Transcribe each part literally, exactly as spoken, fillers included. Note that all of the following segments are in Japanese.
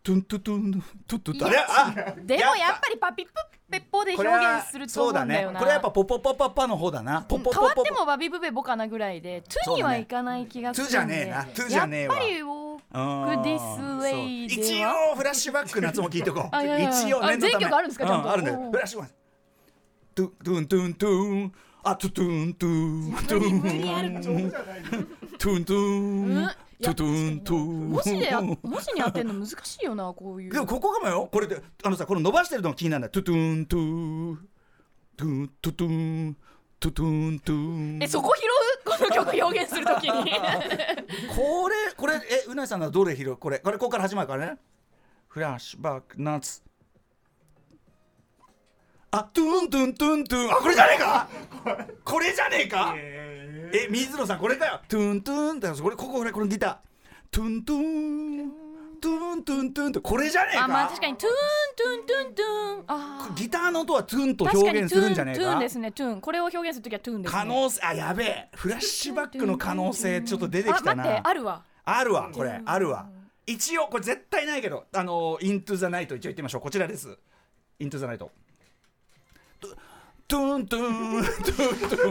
トゥントゥトゥントゥトゥトゥいやあでもやっぱりパピプペッポで表現すると思うんだよな。 これはそうだね。これはやっぱポポポパパの方だな。ポポポポポ変わってもバビブベボかなぐらいでトゥにはいかない気がするんで、 トゥじゃねえなトゥじゃねえわ。 やっぱりウォークディスウェイでは一応フラッシュバックのやつも聞いておこう。 あいやいや一応念のためあ全曲あるんですかちゃんとうあるんだよ。フラッシュバックトゥトゥントゥントゥンあトゥトゥントゥントゥン無理やるトゥントゥントゥントゥントゥン文字でや文字に当てるの難しいよなこういう。 でもここがもよこれであのさこの伸ばしてるのが気になるんだ。トゥトゥントゥトゥトゥトゥントゥトゥントゥンえそこ拾うこの曲表現するときにこれこれえうなぎさんならどれ拾うこれこれここから始まるからね。フラッシュバック夏あトゥントゥントゥントゥンあこれじゃねえかこれじゃねえかえ水野さんこれかよトゥントゥンってこれこここれこのギタートゥントゥントゥントゥントゥンってこれじゃねえか。 あまあ確かにトゥーントゥントゥントゥンあギターの音はトゥンと表現するんじゃねえか。 トゥーンですねトゥーンこれを表現するときはトゥーンですね。 可能性あやべえフラッシュバックの可能性ちょっと出てきたな。 あ待ってあるわあるわこれあるわ一応これ絶対ないけどあのイントゥザナイト一応言ってみましょう。こちらですイントゥザナイトトゥントゥントゥント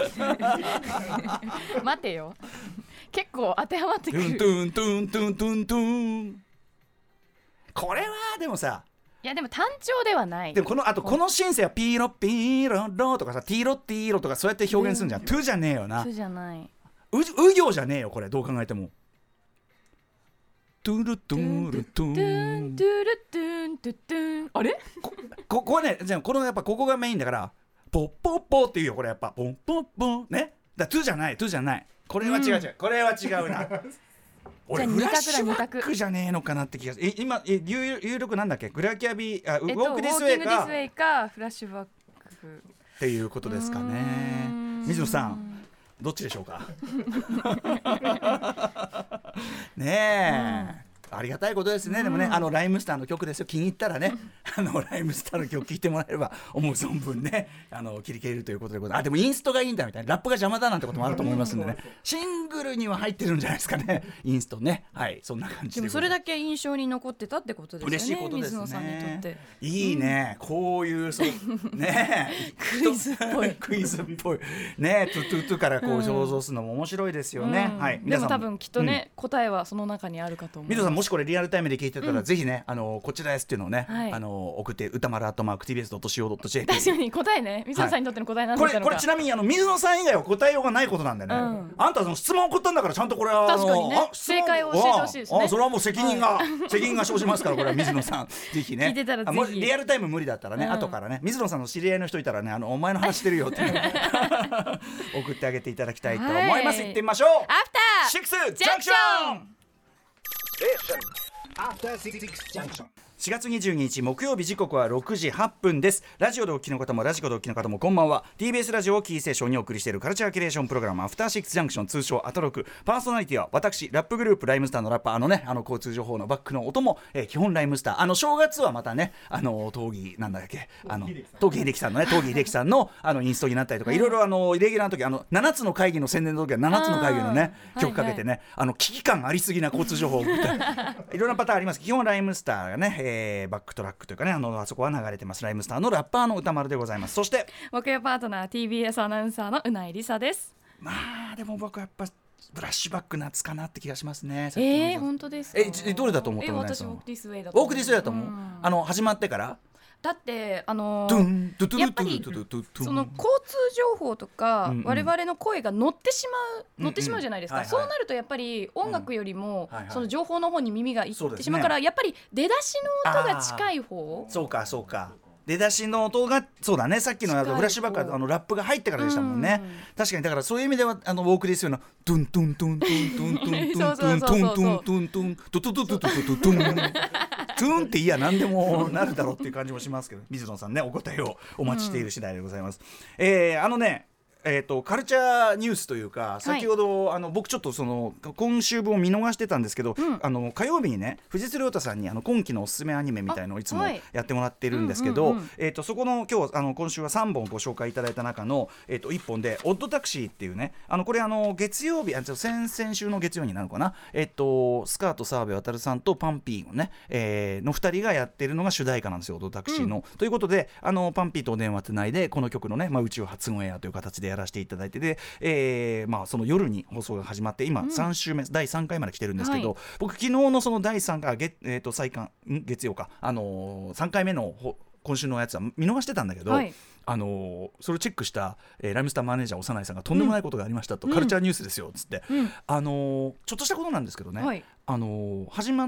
ゥン待てよ結構当てはまってくる。 トゥントゥントゥントゥントゥントゥンこれはでもさいやでも単調ではない。 でもこのあとこのシンセはピーロピーロロとかさティーロティーロとかそうやって表現するんじゃん、うん、トゥじゃねえよな。 トゥじゃないうう行じゃねえよこれどう考えても。トゥルトゥルトゥントゥントゥルトゥントゥトゥンあれこここはねじゃあこのやっぱここがメインだからポッポッポっていうよこれやっぱポンポッポねだトゥじゃないトゥじゃないこれは違う違う、うん、これは違うな俺フラッシュバックじゃねえのかなって気がする。え今え有有力なんだっけグラキャビあ、えっと、ウォークディスウェイかウォーキングディスウェイかフラッシュバックっていうことですかね。水野さんどっちでしょうかねえ、うん、ありがたいことですね、うん、でもねあのライムスターの曲ですよ気に入ったらねあのライムスターの曲聴いてもらえれば思う存分ねあの切り切れるということでございます。あでもインストがいいんだみたいなラップが邪魔だなんてこともあると思いますんでねシングルには入ってるんじゃないですかねインストね。はいそんな感じで。 でもそれだけ印象に残ってたってことですよね。 嬉しいことですね。 水野さんにとっていいね、うん、こういうそうねクイズっぽいクイズっぽいねトゥトゥトゥからこう想像するのも面白いですよね、 うんはい、 でも多分きっとね、うん、答えはその中にあるかと思う。 水野さんもしこれリアルタイムで聞いてたら、うん、ぜひねあのこちらですっていうのをね、はい、あの送って歌丸アットマーク ティービーエスドットシーオードットジェーピー確かに答えね水野さんにとっての答えなんだったのか、 はい、これこれちなみにあの水野さん以外は答えようがないことなんでね、うん、あんたその質問送ったんだからちゃんとこれは確かにね正解を教えてほしいですね。 ああそれはもう責任が、はい、責任が生じますからこれは水野さんぜひね聞いてたらぜひもリアルタイム無理だったらね、うん、後からね水野さんの知り合いの人いたらねあのお前の話してるよって、ね、送ってあげていただきたいと思います、はい、行ってみましょう。 アフターシックスジャンクションしがつにじゅうににち木曜日時刻はろくじはっぷんです。ラジオでお聞きの方もラジコでお聞きの方もこんばんは。 ティービーエス ラジオをキーステーションにお送りしているカルチャーキュレーションプログラムアフターシックスジャンクション通称アトロク。パーソナリティは私ラップグループライムスターのラッパーあのねあの交通情報のバックの音も、えー、基本ライムスターあの正月はまたねあの闘技なんだっけあの闘技秀樹さんのね闘技秀樹さんのあのインストになったりとかいろいろあのイレギュラーの時あのななつの会議の宣伝の時はななつの会議のね曲かけてね、はいはい、あの危機感ありすぎな交通情報を送っていろんなパターンあります。基本ライムスターがね、えー、バックトラックというかね あのあそこは流れてます。ライムスターのラッパーの歌丸でございます。そして木曜パートナー ティービーエス アナウンサーのうないりさです。 まあでも僕はやっぱブラッシュバック夏かなって気がしますね。 えー、本当ですか。 えどれだと思ったの？ 私ウォークディスウェイだと思う。 ウォークディスウェイだと思う、うん、あの始まってからだってあのー、やっぱりその交通情報とか、うんうん、我々の声が乗ってしまう乗ってしまうじゃないですか、うんうんはいはい、そうなるとやっぱり音楽よりも、うんはいはい、その情報の方に耳がいってしまうから、ね、やっぱり出だしの音が近い方。 そうかそうか出だしの音がそうだねさっきのフラッシュバックはあのラップが入ってからでしたもんね、うん、確かにだからそういう意味ではあのウォークディスウェイのトゥントゥントゥントゥントゥントゥントゥントゥントゥントゥントゥントゥントゥントゥトゥトゥトゥトゥトゥトゥントゥンっていや何でもなるだろうっていう感じもしますけど水野さんねお答えをお待ちしている次第でございます、うん、えー、あのねえー、とカルチャーニュースというか先ほど、はい、あの僕ちょっとその今週分を見逃してたんですけど、うん、あの火曜日にね藤津亮太さんにあの今期のおすすめアニメみたいのをいつもやってもらってるんですけど、えー、とそこの今日あの今週はさんぼんご紹介いただいた中の、えー、といっぽんでオッドタクシーっていうねあのこれあの月曜日あ先々週の月曜になるのかな、えー、とスカート澤部渉さんとパンピーのね、えー、のふたりがやってるのが主題歌なんですよオッドタクシーの、うん、ということであのパンピーとお電話つないでこの曲のね、まあ、宇宙初オンエアという形でやらせていただいてで、えーまあ、その夜に放送が始まって今さん週目、うん、だいさんかいまで来てるんですけど、はい、僕昨日のそのだいさんかい月、えー、と再刊月曜か、あのー、さんかいめの今週のやつは見逃してたんだけど、はい、あのー、それをチェックした、えー、ライムスターマネージャー長内さんがとんでもないことがありましたと、うん、カルチャーニュースですよっつって、うん、あのー、ちょっとしたことなんですけどね、はい、あのー、始まって、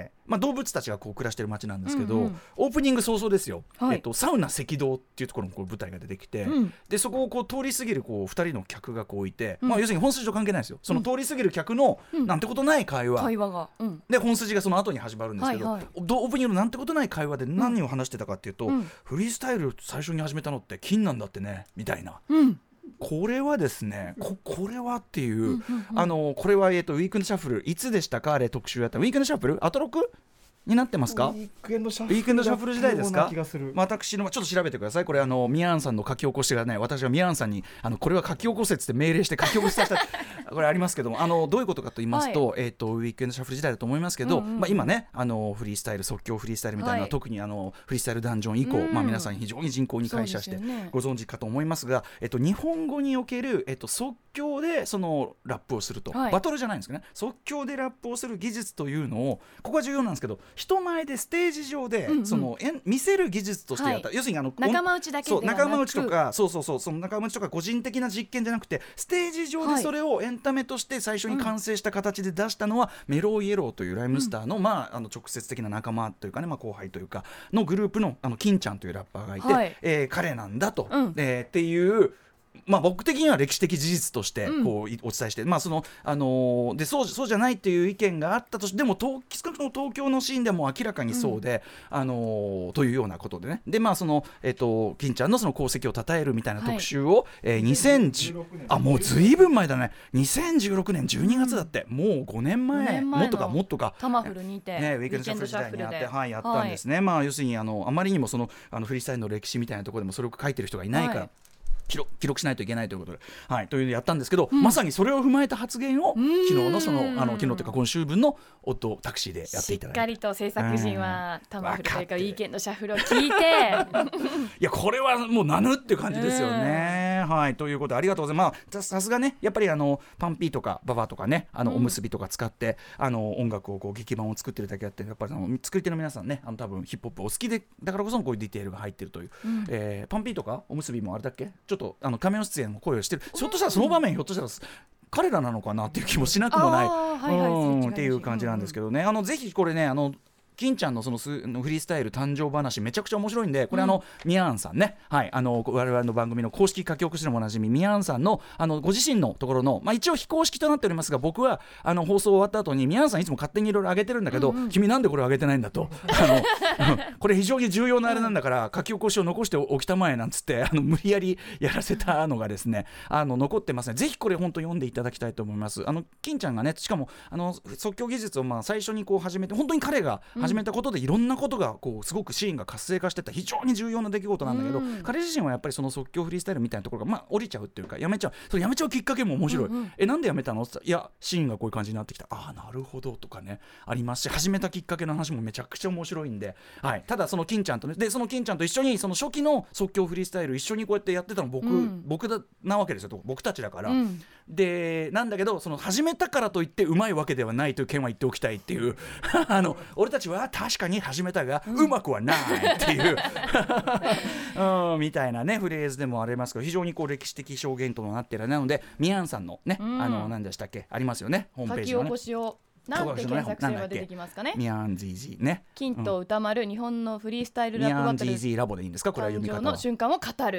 まあ、動物たちがこう暮らしてる街なんですけど、うんうん、オープニング早々ですよ、はい、えっと、サウナ赤道っていうところのこう舞台が出てきて、うん、でそこをこう通り過ぎるこうふたりの客がこういて、うん、まあ、要するに本筋と関係ないですよ、その通り過ぎる客のなんてことない会話、 会話が、うん、 で本筋がその後に始まるんですけど、はいはい、オープニングのなんてことない会話で何を話してたかっていうと、うん、フリースタイル最初に始めたのって金なんだってねみたいな、うん、これはですね こ, これはっていう、うんうんうん、あのこれは、えーと、ウィークエンドシャッフルいつでしたかあれ特集やったウィークエンドシャッフルアトロクになってますか。ウィークエンドシャッフル時代ですか。私のちょっと調べてください。これあのミヤンさんの書き起こしがね、私はミヤンさんにあのこれは書き起こせって命令して書き起こしさせたこれありますけども、あのどういうことかと言いますと、はい、えっ、ー、とウィークエンドシャッフル時代だと思いますけど、うんうん、まあ今ねあのフリースタイル即興フリースタイルみたいな、はい、特にあのフリースタイルダンジョン以降、うん、まあ皆さん非常に人口に解釈してご存知かと思いますが、えっ、ー、と日本語におけるえっ、ー、と即興でそのラップをすると、はい、バトルじゃないんですけどね、即興でラップをする技術というのをここが重要なんですけど、人前でステージ上で、うんうん、そのえん見せる技術としてやった、はい、要するにあの仲間内だけではなく、 そう仲間内とかそうそうそうその仲間内とか個人的な実験じゃなくてステージ上でそれをエンタメとして最初に完成した形で出したのは、うん、メローイエローというライムスターの、うん、まあ、あの直接的な仲間というかね、まあ、後輩というかのグループのあの金ちゃんというラッパーがいて、はい、えー、彼なんだと、うん、えー、っていうまあ、僕的には歴史的事実としてこう、うん、お伝えして、まあそのあのー、でそう、そうじゃないっていう意見があったとしてでも東少なくとも東京のシーンでも明らかにそうで、うん、あのー、というようなことでね、でまあその、えー、と金ちゃんのその功績を称えるみたいな特集を、はい、えー、にせんじゅうあもうずいぶん前だねにせんじゅうろくねんじゅうにがつだって、うん、もうごねんまえもっとかもっとかタマフルにて、 ね、ウィークエンドシャッフル時代にやって、はい、やったんですね、はい、まあ要するにあのあまりにもそのあのフリースタイルの歴史みたいなところでもそれを書いてる人がいないから、はい、記録、記録しないといけないということで、はい、というのをやったんですけど、うん、まさにそれを踏まえた発言を昨日のそのあの昨日というか今週分のオッドタクシーでやっていただいて、しっかりと制作陣はタマフルというかウィークエンドシャッフルを聞いていやこれはもうなぬっていう感じですよね、はい、ということでありがとうございます。まあ、さすがねやっぱりあのパンピーとかババとかねあのおむすびとか使って、うん、あの音楽をこう劇版を作ってるだけあってやっぱりあの作り手の皆さんねあの多分ヒップホップお好きでだからこそのこういうディテールが入ってるという、うん、えー、パンピーとかおむすびもあれだっけちょっとあの仮面出演の声をしてる、ひょっとしたらその場面ひょっとしたら彼らなのかなっていう気もしなくもない、はいはい、うんっていう感じなんですけどね、あのぜひこれねあの金ちゃんのそのフリースタイル誕生話めちゃくちゃ面白いんでこれ、うん、あのミヤーンさんね、はい、あの我々の番組の公式書き起こしでもおなじみミヤーンさんのあのご自身のところの、まあ、一応非公式となっておりますが僕はあの放送終わった後にミヤーンさんいつも勝手にいろいろ上げてるんだけど、うんうん、君なんでこれ上げてないんだとあのこれ非常に重要なあれなんだから書き起こしを残しておきたまえなんつってあの無理やりやらせたのがですねあの残ってますね。ぜひこれ本当読んでいただきたいと思います。あの金ちゃんがねしかもあの即興技術をまあ最初にこう始めて本当に彼が始めたことでいろんなそんなことがこうすごくシーンが活性化してた非常に重要な出来事なんだけど、うん、彼自身はやっぱりその即興フリースタイルみたいなところがまあ降りちゃうっていうかやめちゃうそれやめちゃうきっかけも面白い、うんうん、えなんでやめたのって言ったらいやシーンがこういう感じになってきたああなるほどとかねありますし始めたきっかけの話もめちゃくちゃ面白いんで、はい、ただその金ちゃんとねでその金ちゃんと一緒にその初期の即興フリースタイル一緒にこうやってやってたの僕、うん、僕だなわけですよ僕たちだから、うん、でなんだけどその始めたからといってうまいわけではないという件は言っておきたいっていうあの俺たちは確かに始めたが、うん、うまくはないっていう、うん、みたいなねフレーズでもありますけど非常にこう歴史的証言となっているなのでミヤンさんのね、うん、あの何でしたっけありますよねホームページのね書き起こしをなんて検索すれば出てきますかね。 ミヤン ジージー ね金と歌丸、うん、日本のフリースタイルラップバトルミヤン ジージー ラボでいいんですかこれは読み方は誕生の瞬間を語る、 はい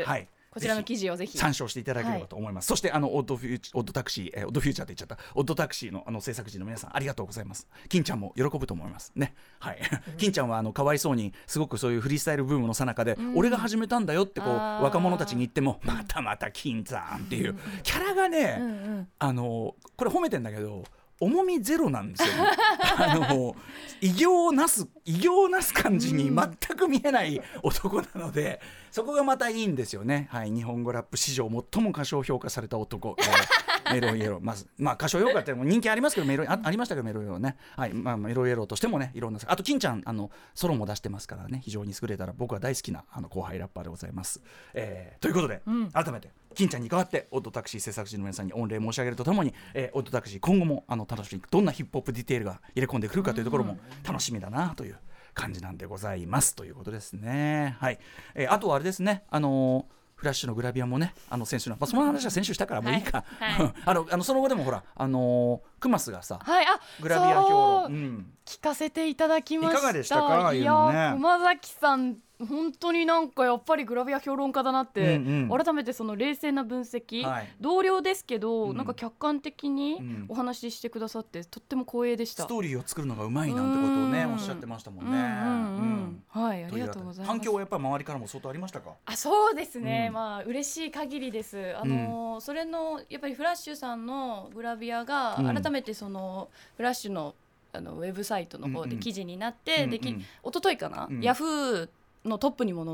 こちらの記事をぜひ参照していただければと思います、はい、そしてあのオッドフューチオッドタクシー、えー、オッドフューチャーって言っちゃったオッドタクシーのあの制作陣の皆さんありがとうございます。金ちゃんも喜ぶと思いますね、はい、金ちゃんはあのかわいそうにすごくそういうフリースタイルブームの最中で、うん、俺が始めたんだよってこう若者たちに言ってもまたまた金さんっていうキャラがね、うんうん、あのこれ褒めてんだけど重みゼロなんですよ、ね、あの偉業をなす偉業をなす感じに全く見えない男なので、そこがまたいいんですよね、はい、日本語ラップ史上最も過小評価された男、えー、メロイエローまず、まあ、過小評価っても人気ありますけどメロイ あ, ありましたけどメロイエローね、はいまあ、メロイエローとしてもねいろんなあと金ちゃんあのソロも出してますからね非常に優れたら僕は大好きなあの後輩ラッパーでございます、えー、ということで、うん、改めて金ちゃんに代わってオッドタクシー制作陣の皆さんに御礼申し上げるとともに、えー、オッドタクシー今後もあの楽しみどんなヒップホップディテールが入れ込んでくるかというところも楽しみだなという感じなんでございますということですね、はいえー、あとはあれですねあのーフラッシュのグラビアもねあの先週の、まあ、その話は先週したからもういいか、はいはい、あのあのその後でもほらあのー、クマスがさ、 はい、あグラビア評論、うん、 聞かせていただきました。 いかがでしたか。 いや、ね、熊崎さん本当になんかやっぱりグラビア評論家だなって、うんうん、改めてその冷静な分析、はい、同僚ですけど、うん、なんか客観的にお話ししてくださって、うん、とっても光栄でした。 ストーリーを作るのがうまいなんてことをねおっしゃってましたもんね、うんうんうんうん、はいありがとうございます。 反響はやっぱり周りからも相当ありましたか。 あそうですね、うん、まあ嬉しい限りです。あの、うん、それのやっぱりフラッシュさんのグラビアが改めてその、うん、フラッシュのあのウェブサイトの方で記事になって、うんうん、でき一昨日かな、うん、ヤフーのトップにも載って、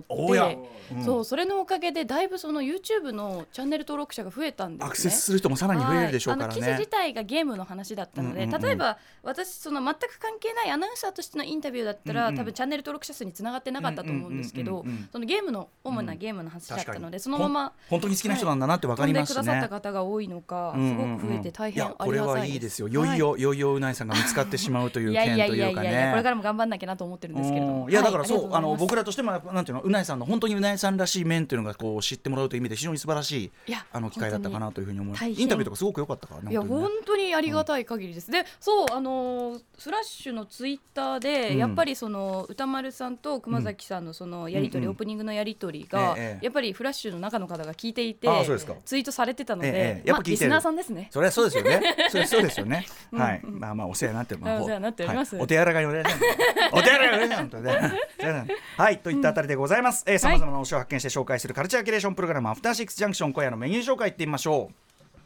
うん、そうそれのおかげでだいぶその YouTube のチャンネル登録者が増えたんですね。 アクセスする人もさらに増えるでしょうからね。 あの記事自体がゲームの話だったので、うんうんうん、例えば私その全く関係ないアナウンサーとしてのインタビューだったら、うんうん、多分チャンネル登録者数につながってなかったと思うんですけど、そのゲームの主なゲームの話だったので、うん、そのまま本当に好きな人なんだなって分かりますしね、 飛んでくださった方が多いのかすごく増えて大変ありがたいです。いやこれはいいですよ。 よいよ、はい、よいようないさんが見つかってしまうという件というかね。いやいやいやいやこれからも頑張んなきゃなと思ってるんですけれども、 いやだからそう、はい、あの僕らとしてもなんていうのうないさんの本当にうないさんらしい面というのがこう知ってもらうという意味で非常に素晴らしいあの機会だったかなというふうに思います。インタビューとかすごく良かったからね。 いや本当にありがたい限りです、うん、でそうあのフラッシュのツイッターで、うん、やっぱりその歌丸さんと熊崎さんのそのやり取り、うん、オープニングのやり取りが、ええ、やっぱりフラッシュの中の方が聞いていてツイートされてたので、ええ、やっぱリスナーさんですね。 それはそうですよねそれはそうですよねはい、うん、まあまあお世話になってる、まあ、 お世話になっております、 はい、お手柔らかにお願いしますお手柔らかにお願いしますはいといったあたりでございます。さまざまな推しを発見して紹介するカルチャーキュレーションプログラムアフターシックスジャンクション、今夜のメニュー紹介いってみましょう。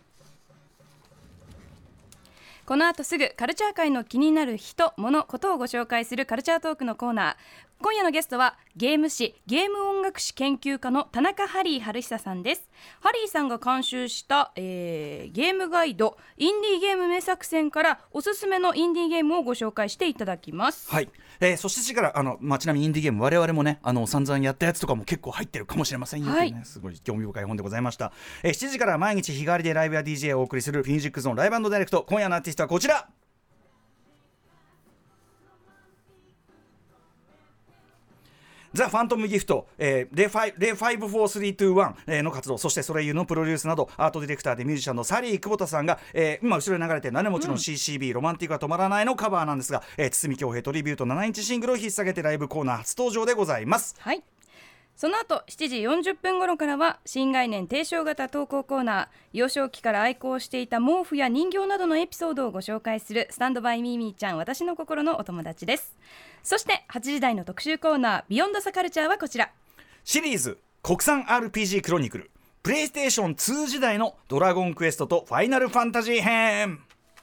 この後すぐカルチャー界の気になる人、物、ことをご紹介するカルチャートークのコーナー。今夜のゲストはゲーム誌、ゲーム音楽史研究家の田中ハリー春久さんです。ハリーさんが監修した、えー、ゲームガイドインディーゲーム名作選からおすすめのインディーゲームをご紹介していただきます。 はい、えー、そして次からあの、まあ、ちなみにインディーゲーム我々もねあの散々やったやつとかも結構入ってるかもしれませんよ、はい、ね、すごい興味深い本でございました。えー、しちじから毎日日替わりでライブや ディージェー をお送りするミュージックゾーンライブ&ダイレクト。今夜のアーティストはこちら、ザ・ファントム・ギフト、えー、レイファイブフォースリーツーワン、えー、の活動、そしてソレイユのプロデュースなどアートディレクターでミュージシャンのサリー久保田さんが、えー、今後ろに流れてる何持ちの シーシービー、うん、ロマンティックが止まらないのカバーなんですが、えー、堤恭平トリビュートななインチシングルを引っ提げてライブコーナー初登場でございます。 はい、その後しちじよんじゅっぷん頃からは新概念提唱型投稿コーナー、幼少期から愛好していた毛布や人形などのエピソードをご紹介するスタンドバイミーミーちゃん、私の心のお友達です。そしてはちじ台の特集コーナービヨンドサカルチャーはこちら、 シリーズ国産 アールピージー クロニクル、プレイステーションツー時代のドラゴンクエストとファイナルファンタジー編。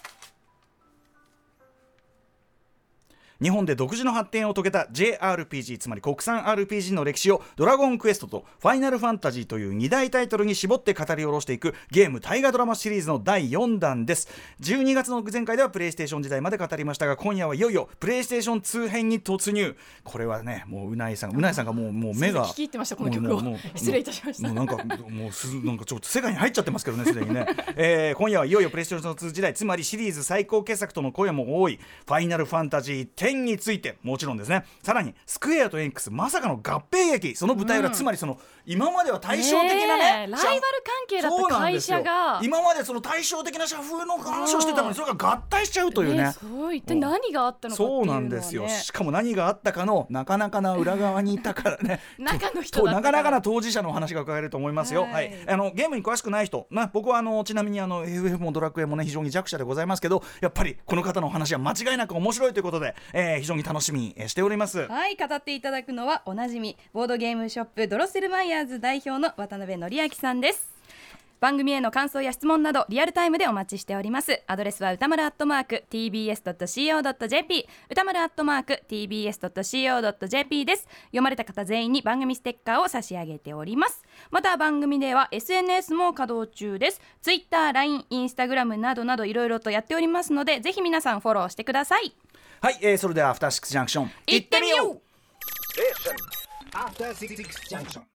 日本で独自の発展を遂げた ジェイアールピージー、 つまり国産 アールピージー の歴史をドラゴンクエストとファイナルファンタジーというに大タイトルに絞って語り下ろしていくゲーム大河ドラマシリーズのだいよんだんです。じゅうにがつの前回ではプレイステーション時代まで語りましたが、今夜はいよいよプレイステーションツー編に突入。これはねもううないさんうないさんがもうもう目が聞き入ってました、この曲を。失礼いたしました。 もうなんかもうすなんかちょっと世界に入っちゃってますけどねすでにね、えー、今夜はいよいよプレイステーションツー時代、つまりシリーズ最高傑作との声も多いファイナルファンタジー件についてもちろんですね、さらにスクエアとエニックスまさかの合併劇、その舞台裏、うん、つまりその今までは対照的なね、 ね、ライバル関係だった会社が今までその対照的な社風の話をしてたのにそれが合体しちゃうというね、 すごい、一体何があったのかっていうのは、ね、 そうなんですよ。しかも何があったかのなかなかな裏側にいたからね中の人だったからなかなかな当事者の話が伺えると思いますよ、はいはい、あのゲームに詳しくない人、まあ、僕はあのちなみにあの エフエフ もドラクエもね非常に弱者でございますけど、やっぱりこの方の話は間違いなく面白いということで、えー、非常に楽しみにしております。 はい、語っていただくのはおなじみボードゲームショップドロッセルマイヤーズ代表の渡辺則明さんです。番組への感想や質問などリアルタイムでお待ちしております。アドレスは歌丸アットマーク ティービーエスドットシーオードットジェーピー 歌丸アットマーク ティービーエスドットシーオードットジェーピー です。読まれた方全員に番組ステッカーを差し上げております。また番組では エスエヌエス も稼働中です。 Twitter、ライン、インスタグラムなどなどいろいろとやっておりますので、ぜひ皆さんフォローしてください。 はい、えー、それではアフターシックスジャンクション行ってみよう。 アフターシックスジャンクション